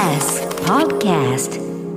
TBS Podcast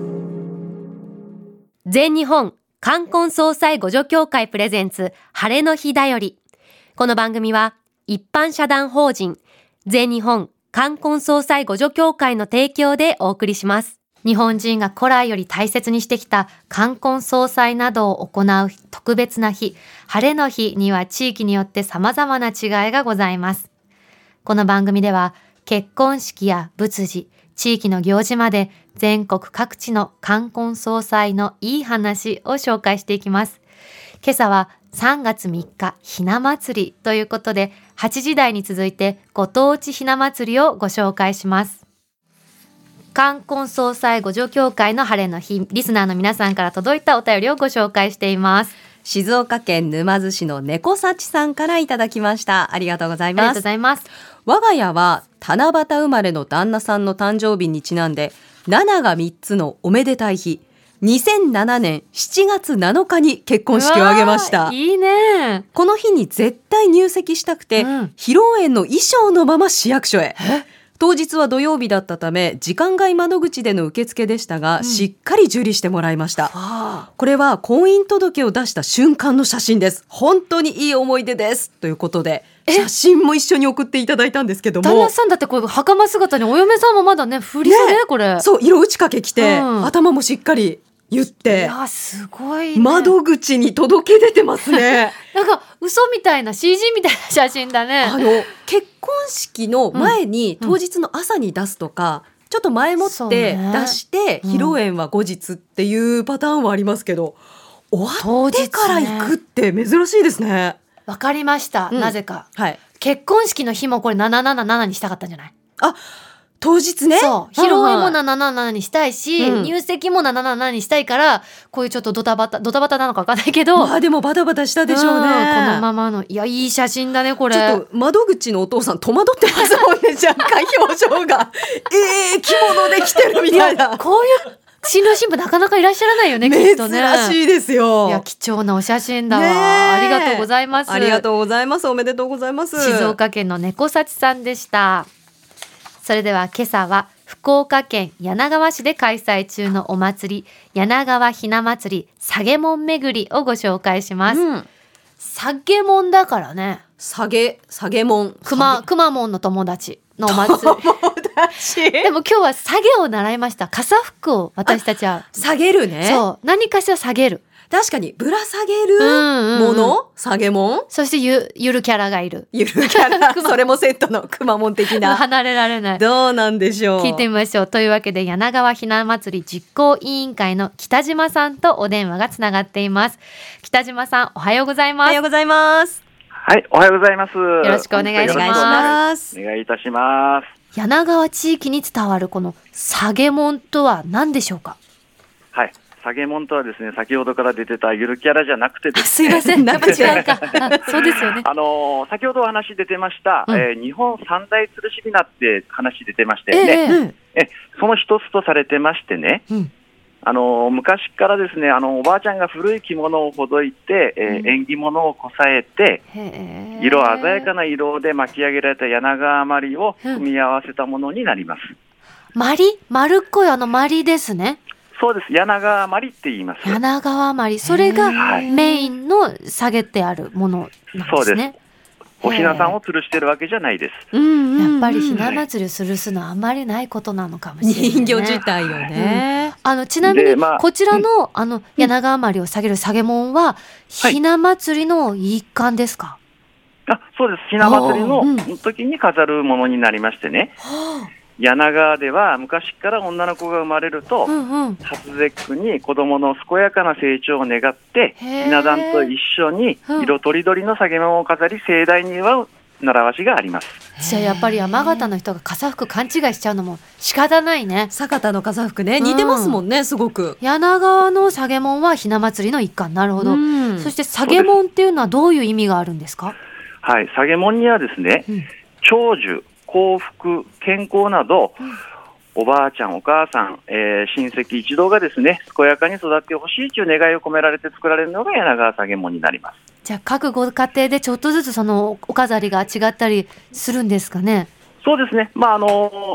全日本冠婚葬祭互助協会プレゼンツ晴れの日だより。この番組は一般社団法人全日本冠婚葬祭互助協会の提供でお送りします。日本人が古来より大切にしてきた冠婚葬祭などを行う特別な日、晴れの日には地域によって様々な違いがございます。この番組では結婚式や仏事、地域の行事まで全国各地の冠婚葬祭のいい話を紹介していきます。今朝は3月3日ひな祭りということで、8時台に続いてご当地ひな祭りをご紹介します。冠婚葬祭互助協会の晴れの日、リスナーの皆さんから届いたお便りをご紹介しています。 静岡県沼津市の猫幸さんからいただきました。ありがとうございます。 ありがとうございます。 我が家は七夕生まれの旦那さんの誕生日にちなんで7が3つのおめでたい日、2007年7月7日に結婚式を挙げました。 いいね。 この日に絶対入籍したくて、披露宴の衣装のまま市役所へ。当日は土曜日だったため時間外窓口での受付でしたが、しっかり受理してもらいました。これは婚姻届を出した瞬間の写真です。本当にいい思い出ですということで、写真も一緒に送っていただいたんですけども、 旦那さんだってこう袴姿に、お嫁さんもまだね振り袖、これそう色打ち掛け着て、頭もしっかり言って、 いやすごい、ね、 窓口に届け出てますね。 なんか嘘みたいな CG みたいな写真だね。 結婚式の前に、当日の朝に出すとか、ちょっと前もって出して、披露宴は後日っていうパターンはありますけど、終わってから行くって珍しいですね。 わかりました、なぜか、結婚式の日もこれ777にしたかったんじゃない？ 当日ね。 そう。披露宴も777にしたいし、入籍も777にしたいから、こういうちょっとドタバタなのかわかんないけど。 でもバタバタしたでしょうね。 このままの。いや、いい写真だね、これ。 ちょっと窓口のお父さん戸惑ってますもんね、若干表情が。着物で来てるみたいな。 こういう新郎新婦なかなかいらっしゃらないよね、きっとね。 珍しいですよ。 いや、貴重なお写真だわ。ありがとうございます。 ありがとうございます。おめでとうございます。 静岡県の猫幸さんでした。それでは今朝は福岡県柳川市で開催中のお祭り、柳川ひな祭りさげもん巡りをご紹介します。さげもんだからね。 さげもん。 くまモンの友達のお祭り。でも今日は下げを習いました。傘服を私たちは下げるね。 そう。何かしら下げる。 確かにぶら下げるもの、下げもん。 そしてゆるキャラがいる。 ゆるキャラそれもセットのくまモン的な。 離れられない。 どうなんでしょう。 聞いてみましょう。というわけで柳川ひな祭り実行委員会の北島さんとお電話がつながっています。北島さん、おはようございます。 おはようございます。 はい、おはようございます。よろしくお願いします。 お願いいたします。 柳川地域に伝わるこのさげもんとは何でしょうか？ はい、さげもんとはですね、先ほどから出てたゆるキャラじゃなくてですね。 すいません、やっぱ違うか。そうですよね。 先ほどお話出てました、日本三大吊るしびなって話出てましたよね。その一つとされてましてね、昔からですね、おばあちゃんが古い着物をほどいて、縁起物をこさえて、色鮮やかな色で巻き上げられた柳川まりを組み合わせたものになります。 まり？丸っこいまりですね。 そうです。柳川まりって言います。 柳川まり。それがメインの下げてあるものなんですね。 そうです。おひなさんを吊るしてるわけじゃないです。 やっぱりひな祭りを吊るすのはあまりないことなのかもしれないね。 人形自体よね。 ちなみにこちらの柳川まりを下げる下げもんはひな祭りの一環ですか？ そうです。ひな祭りの時に飾るものになりましてね。柳川では昔から女の子が生まれると、初節句に子供の健やかな成長を願ってひな壇と一緒に色とりどりの下げもんを飾り盛大に祝う習わしがあります。 じゃあやっぱり山形の人が傘服勘違いしちゃうのも仕方ないね。 酒田の傘服ね、似てますもんね、すごく。 柳川の下げもんはひな祭りの一環。なるほど。そして下げもんっていうのはどういう意味があるんですか？ はい、下げもんにはですね、長寿、幸福、健康など、おばあちゃん、お母さん、親戚一同がですね、健やかに育ってほしいという願いを込められて作られるのが柳川下げもんになります。 じゃあ各ご家庭でちょっとずつそのお飾りが違ったりするんですかね？ そうですね。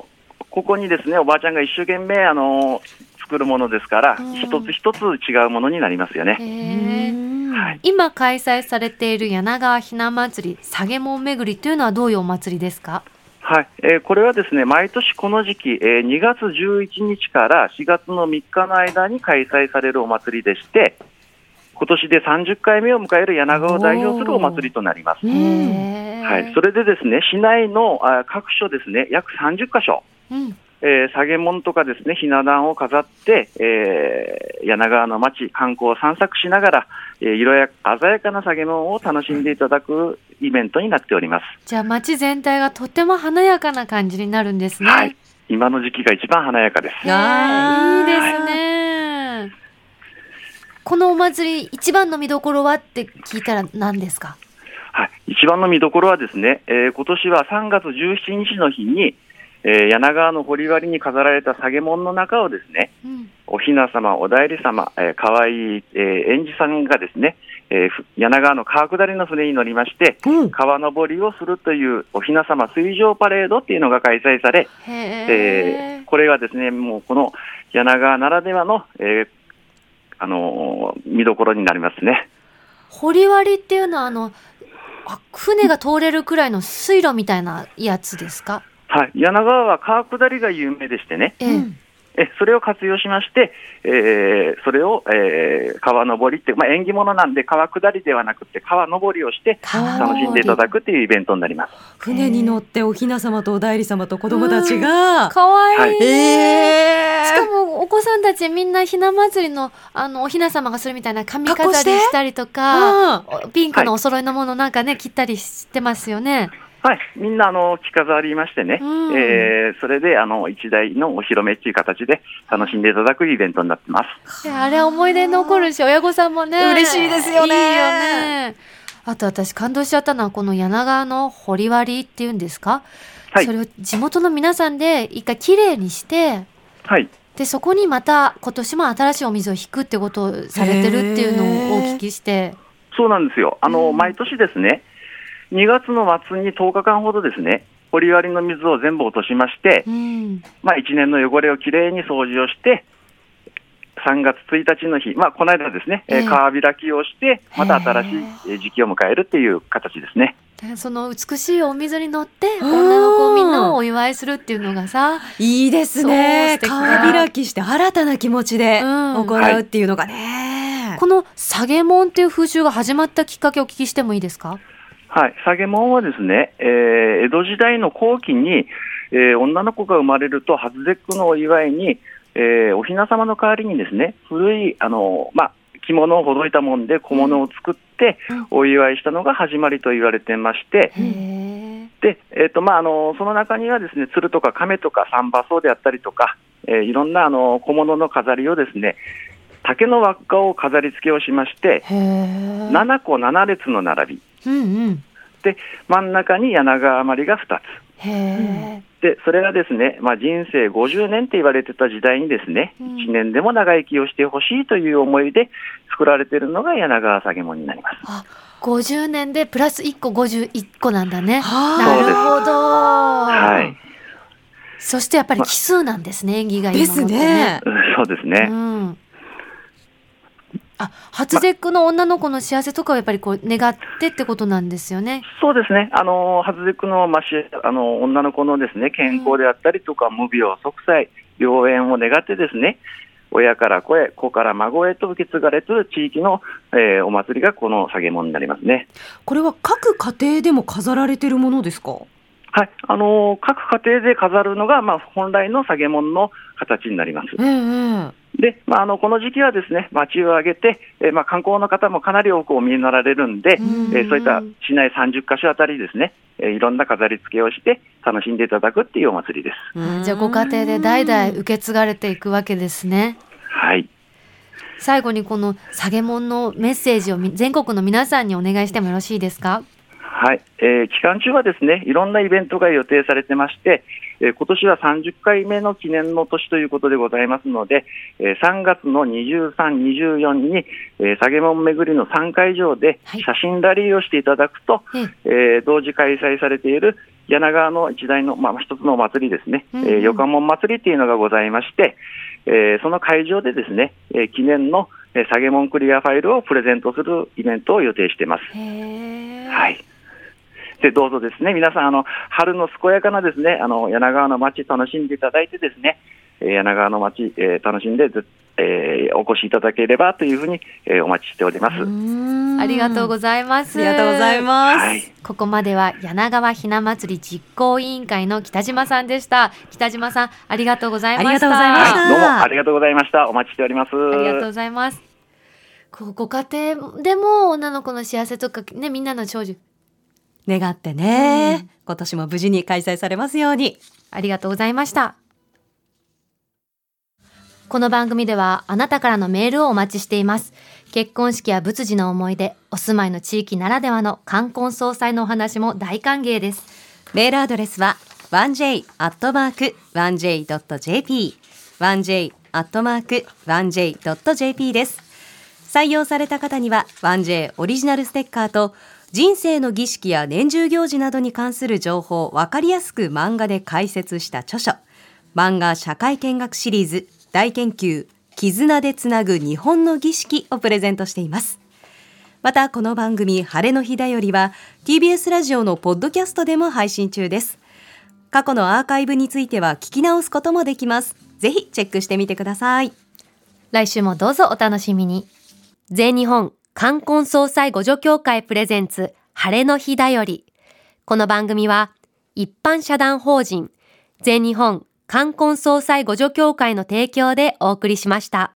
ここにですね、おばあちゃんが一生懸命作るものですから、一つ一つ違うものになりますよね。 はい、今開催されている柳川ひな祭り、下げ門巡りというのはどういうお祭りですか？ はい、これはですね、毎年この時期、2月11日から4月の3日の間に開催されるお祭りでして、今年で30回目を迎える柳川を代表するお祭りとなります。はい、それでですね、市内の各所ですね、約30カ所、下げ門とかですね、ひな壇を飾って、柳川の街、観光を散策しながら、色や鮮やかな下げ門を楽しんでいただくイベントになっております。 じゃあ街全体がとっても華やかな感じになるんですね。 はい、今の時期が一番華やかです。 いいですね。このお祭り一番の見どころはって聞いたら何ですか？ はい、一番の見どころはですね、今年は3月17日の日に、柳川の堀割に飾られた下げ門の中をですね、おひな様、おだいり様、かわいい、園児さんがですね、柳川の川下りの船に乗りまして、川登りをするというおひな様水上パレードっていうのが開催され、これがですね、もうこの柳川ならではの、見どころになりますね。 堀割っていうのは船が通れるくらいの水路みたいなやつですか？ はい、柳川は川下りが有名でしてね、それを活用しまして、それを、川登りって、縁起物なんで川下りではなくて川登りをして楽しんでいただくというイベントになります。 船に乗っておひな様とおだいり様と子供たちが、 かわいい、しかもお子さんたちみんなひな祭りの、おひな様がするみたいな髪飾りしたりとか、ピンクのお揃いのものなんかね、着たりしてますよね。 はい、みんな着飾りましてね、それで一台のお披露目っていう形で楽しんでいただくイベントになってます。 あれ思い出に残るし、親御さんもね嬉しいですよね。 いいよね。あと私感動しちゃったのはこの柳川の堀割っていうんですか、それを地元の皆さんで一回きれいにして、でそこにまた今年も新しいお水を引くってことをされてるっていうのをお聞きして。 そうなんですよ。毎年ですね、2月の末に10日間ほどですね、堀割の水を全部落としまして、1年の汚れをきれいに掃除をして、3月1日の日、この間ですね、川開きをして、また新しい時期を迎えるっていう形ですね。 その美しいお水に乗って女の子みんなをお祝いするっていうのがさ、 いいですね。川開きして新たな気持ちで行うっていうのがね、 この下げ門っていう風習が始まったきっかけをお聞きしてもいいですか？ はい、下げ門はですね、江戸時代の後期に、女の子が生まれると初節句のお祝いに、おひな様の代わりにですね、古い着物をほどいたもんで小物を作ってお祝いしたのが始まりと言われてまして、で、その中にはですね、鶴とか亀とか三馬装であったりとか、いろんな小物の飾りをですね、竹の輪っかを飾り付けをしまして、7個7列の並び、で真ん中に柳川余りが2つで、それがですね、人生50年って言われてた時代にですね、1年でも長生きをしてほしいという思いで作られているのが柳川下げ門になります。 50年でプラス1個51個なんだね。 なるほど。 そしてやっぱり奇数なんですね、縁起がいいものってね。 そうですね。 初節句の女の子の幸せとかをやっぱり願ってってことなんですよね。 そうですね。初節句の女の子のですね、健康であったりとか、無病息災、良縁を願ってですね、親から子へ、子から孫へと受け継がれる地域の、お祭りがこの下げ門になりますね。 これは各家庭でも飾られているものですか？ はい、各家庭で飾るのが、本来の下げ門の形になります。で、この時期はですね、町を挙げて、観光の方もかなり多くお見えになられるんで、そういった市内30カ所あたりですね、いろんな飾り付けをして楽しんでいただくっていうお祭りです。 じゃあご家庭で代々受け継がれていくわけですね。 はい。 最後にこの下げ門のメッセージを全国の皆さんにお願いしてもよろしいですか？ はい、期間中はですね、いろんなイベントが予定されてまして、今年は30回目の記念の年ということでございますので、3月の23、24に、下げ門巡りの3会場で写真ラリーをしていただくと、同時開催されている柳川の一大の、一つのお祭りですね、よかもん祭りっていうのがございまして、その会場でですね、記念の下げもんクリアファイルをプレゼントするイベントを予定しています。はい。でどうぞですね、皆さん春の健やかなですね、柳川の街楽しんでいただいてですね、柳川の街、楽しんでお越しいただければというふうに、お待ちしております。 ありがとうございます。 ありがとうございます。はい、 ここまでは柳川ひな祭り実行委員会の北島さんでした。北島さん、ありがとうございました。 ありがとうございました。 どうもありがとうございました。お待ちしております。 ありがとうございます。ご家庭でも女の子の幸せとかね、みんなの長寿願ってね、今年も無事に開催されますように。 ありがとうございました。この番組ではあなたからのメールをお待ちしています。結婚式や仏事の思い出、お住まいの地域ならではの冠婚葬祭のお話も大歓迎です。 メールアドレスは 1j@1j.jp 1j@1j.jp です。採用された方には 1j オリジナルステッカーと人生の儀式や年中行事などに関する情報を分かりやすく漫画で解説した著書、漫画社会見学シリーズ大研究絆でつなぐ日本の儀式をプレゼントしています。またこの番組晴れの日だよりは TBS ラジオのポッドキャストでも配信中です。過去のアーカイブについては聞き直すこともできます。ぜひチェックしてみてください。 来週もどうぞお楽しみに。全日本冠婚葬祭互助協会プレゼンツ晴れの日だより。この番組は一般社団法人全日本冠婚葬祭互助協会の提供でお送りしました。